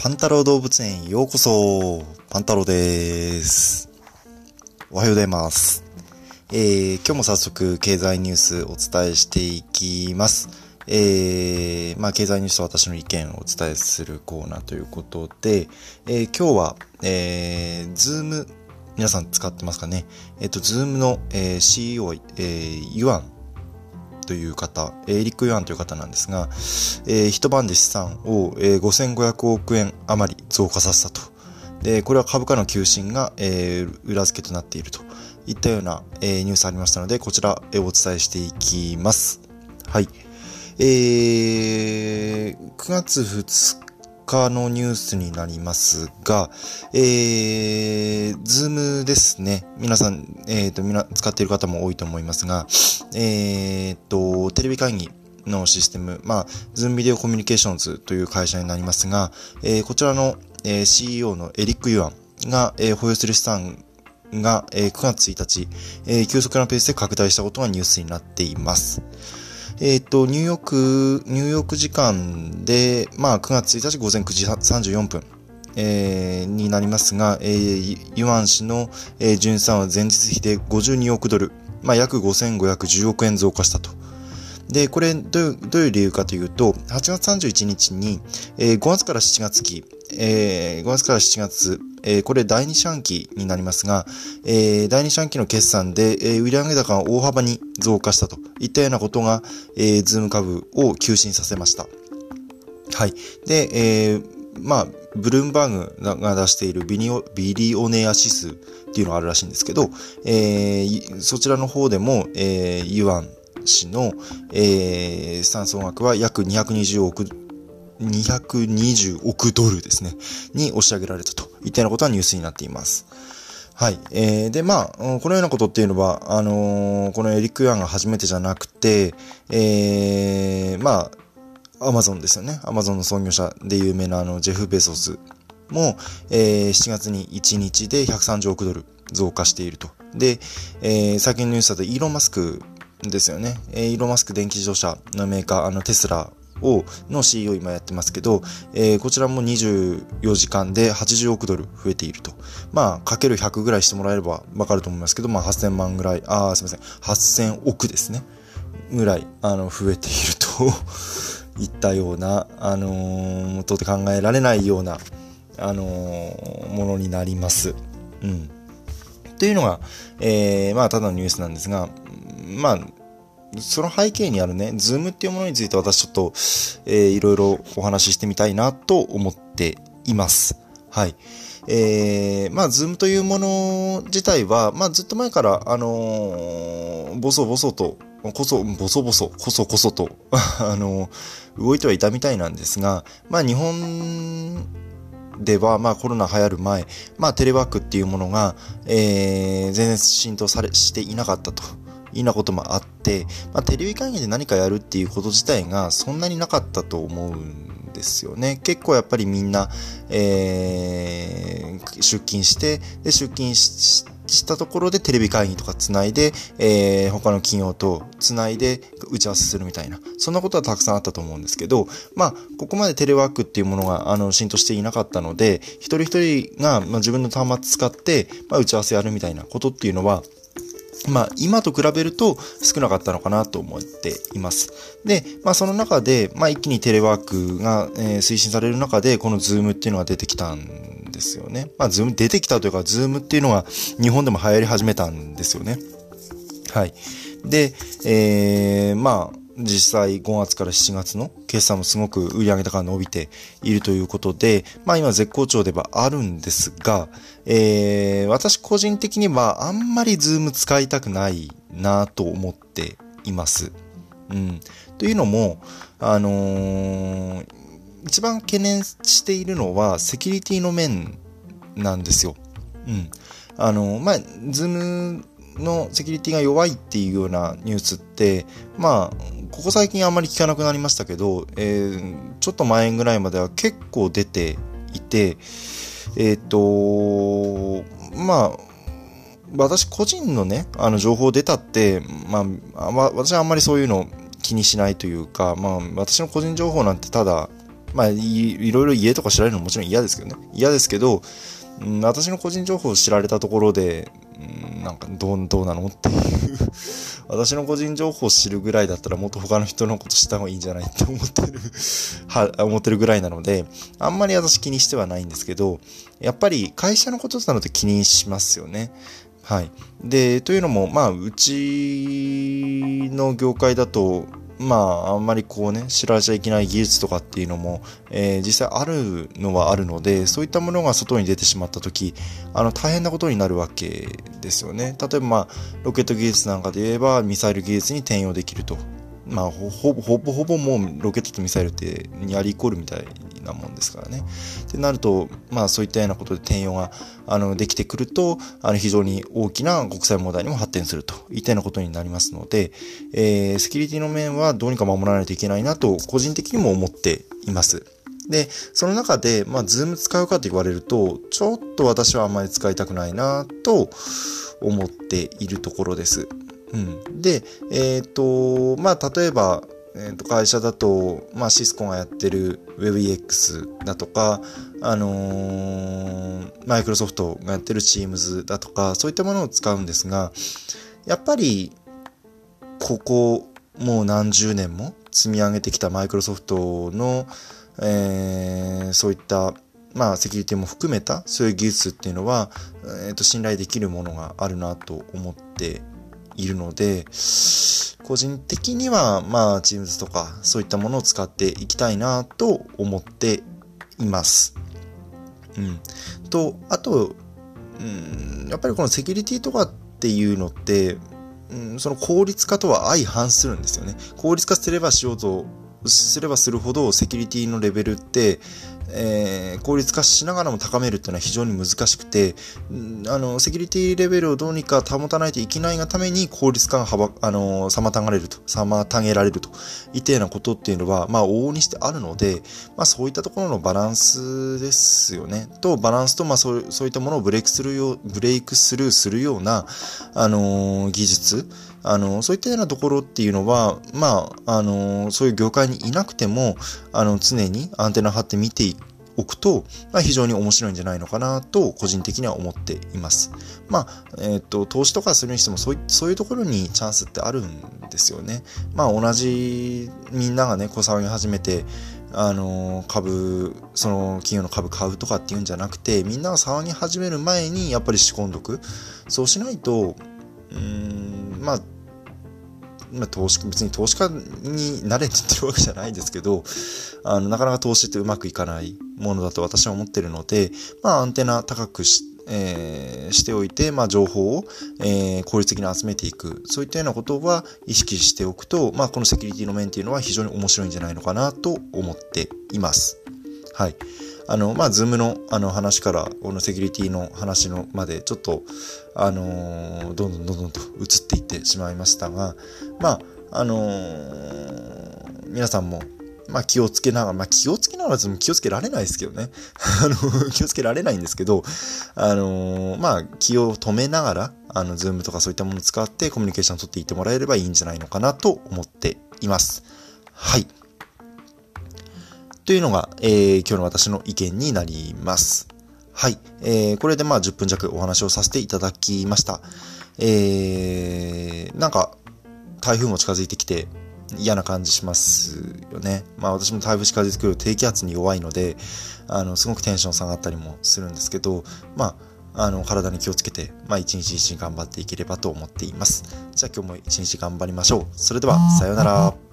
パンタロウ動物園へようこそ。パンタロウです。おはようございます。今日も早速経済ニュースお伝えしていきます。経済ニュースと私の意見をお伝えするコーナーということで、今日は、Zoom、皆さん使ってますかね。Zoom の、CEO、ユアンという方、エリック・ユアンという方なんですが、一晩で資産を、5500億円余り増加させたと。で、これは株価の急進が、裏付けとなっているといったような、ニュースありましたので、こちら、お伝えしていきます。はい。9月2日のニュースになりますが、Zoom ですね。皆さん、使っている方も多いと思いますが、テレビ会議のシステム、Zoom ビデオコミュニケーションズという会社になりますが、こちらの、CEO のエリック・ユアンが、保有する資産が、9月1日、急速なペースで拡大したことがニュースになっています。ニューヨーク時間で、9月1日午前9時34分、になりますが、ユアン氏の、純資産は前日比で52億ドル、約5510億円増加したと。で、これどういう理由かというと、8月31日に、5月から7月期、5月から7月、これ第2四半期になりますが、第2四半期の決算で、売上高が大幅に増加したといったようなことが、ズーム株を急進させました。はい。で、ブルームバーグが出しているビリオネア指数っていうのがあるらしいんですけど、そちらの方でも、ユアン氏の、資産総額は約220億ドルですね、に押し上げられたといったようなことはニュースになっています。はい。で、このようなことっていうのは、このエリック・ユアンが初めてじゃなくて、アマゾンですよね。アマゾンの創業者で有名なジェフ・ベゾスも、7月に1日で130億ドル増加していると。で、最近のニュースだとイーロン・マスクですよね。イーロン・マスク電気自動車のメーカー、テスラの CEO 今やってますけど、こちらも24時間で80億ドル増えていると。かける100ぐらいしてもらえればわかると思いますけど、8000万ぐらい、8000億ですね。ぐらい、増えているといったような、到底考えられないような、ものになります。というのが、ただのニュースなんですが、その背景にあるね、ズームっていうものについて私ちょっと、いろいろお話ししてみたいなと思っています。はい。ズームというもの自体は、ずっと前から、ボソボソと動いてはいたみたいなんですが、日本では、コロナ流行る前、テレワークっていうものが、全然浸透していなかったと。いいなこともあって、テレビ会議で何かやるっていうこと自体がそんなになかったと思うんですよね。結構やっぱりみんな、出勤して、で出勤したところでテレビ会議とかつないで、他の企業とつないで打ち合わせするみたいな、そんなことはたくさんあったと思うんですけど、ここまでテレワークっていうものが浸透していなかったので、一人一人が、自分の端末使って、打ち合わせやるみたいなことっていうのは、今と比べると少なかったのかなと思っています。で、その中で、一気にテレワークが、推進される中で、このズームっていうのが出てきたんですよね。ズーム出てきたというか、ズームっていうのが日本でも流行り始めたんですよね。はい。で、実際5月から7月の決算もすごく売上高が伸びているということで、今絶好調ではあるんですが、私個人的にはあんまりズーム使いたくないなと思っています。というのも、一番懸念しているのはセキュリティの面なんですよ。ズームのセキュリティが弱いっていうようなニュースって、ここ最近あんまり聞かなくなりましたけど、ちょっと前ぐらいまでは結構出ていて、私個人のね、情報出たって、私はあんまりそういうの気にしないというか、私の個人情報なんてただ、 まあいろいろ家とか知られるのももちろん嫌ですけどね。嫌ですけど、私の個人情報を知られたところで、なんかどうなのっていう私の個人情報を知るぐらいだったらもっと他の人のこと知った方がいいんじゃないって思ってるぐらいなので、あんまり私気にしてはないんですけど、やっぱり会社のことなので気にしますよね。はい。で、というのも、まあ、うちの業界だと、まあ、あんまりこうね、知られちゃいけない技術とかっていうのも、実際あるのはあるので、そういったものが外に出てしまったとき、大変なことになるわけですよね。例えば、まあ、ロケット技術なんかで言えば、ミサイル技術に転用できると。まあ、ほぼもうロケットとミサイルってニアリーイコールみたいなもんですからね。ってなると、まあそういったようなことで転用ができてくると、非常に大きな国際問題にも発展するといったようなことになりますので、セキュリティの面はどうにか守らないといけないなと個人的にも思っています。で、その中で、まあ、Zoom 使うかと言われると、ちょっと私はあんまり使いたくないなと思っているところです。で、まあ、例えば、会社だと、まあ、シスコがやってる WebEx だとか、マイクロソフトがやってる Teams だとか、そういったものを使うんですが、やっぱり、ここ、もう何十年も積み上げてきたマイクロソフトの、そういった、まあ、セキュリティも含めた、そういう技術っていうのは、信頼できるものがあるなと思っているので、個人的には、まあ、Teams とか、そういったものを使っていきたいなと思っています。あと、やっぱりこのセキュリティとかっていうのって、その効率化とは相反するんですよね。効率化すればするほどセキュリティのレベルって、効率化しながらも高めるっていうのは非常に難しくて、セキュリティレベルをどうにか保たないといけないがために効率化が妨げられるといったようなことっていうのは、まあ往々にしてあるので、まあそういったところのバランスですよね。バランスと、まあそういったものをブレイクスルーするような、技術、そういったようなところっていうのは、まあ、そういう業界にいなくても、常にアンテナ張って見ておくと、まあ、非常に面白いんじゃないのかなと、個人的には思っています。まあ、投資とかするにしても、そういうところにチャンスってあるんですよね。まあ、みんながね、騒ぎ始めて、その企業の株買うとかっていうんじゃなくて、みんなが騒ぎ始める前に、やっぱり仕込んどく。そうしないと、まあ、別に投資家になれって言ってるわけじゃないですけど、なかなか投資ってうまくいかないものだと私は思ってるので、まあ、アンテナ高くしておいて、まあ、情報を、効率的に集めていく。そういったようなことは意識しておくと、まあ、このセキュリティの面っていうのは非常に面白いんじゃないのかなと思っています。はい。まあ、Zoom の話から、このセキュリティの話のまで、ちょっと、どんどんと移っていってしまいましたが、まあ、皆さんも、まあ、気をつけながら気をつけられないですけどね。気をつけられないんですけど、まあ、気を止めながら、Zoom とかそういったものを使ってコミュニケーションを取っていってもらえればいいんじゃないのかなと思っています。はい。というのが、今日の私の意見になります。はい。これでまあ10分弱お話をさせていただきました。なんか、台風も近づいてきて嫌な感じしますよね。まあ私も台風近づいてくると低気圧に弱いので、すごくテンション下がったりもするんですけど、まあ、体に気をつけて、まあ一日一日頑張っていければと思っています。じゃあ今日も一日頑張りましょう。それでは、さようなら。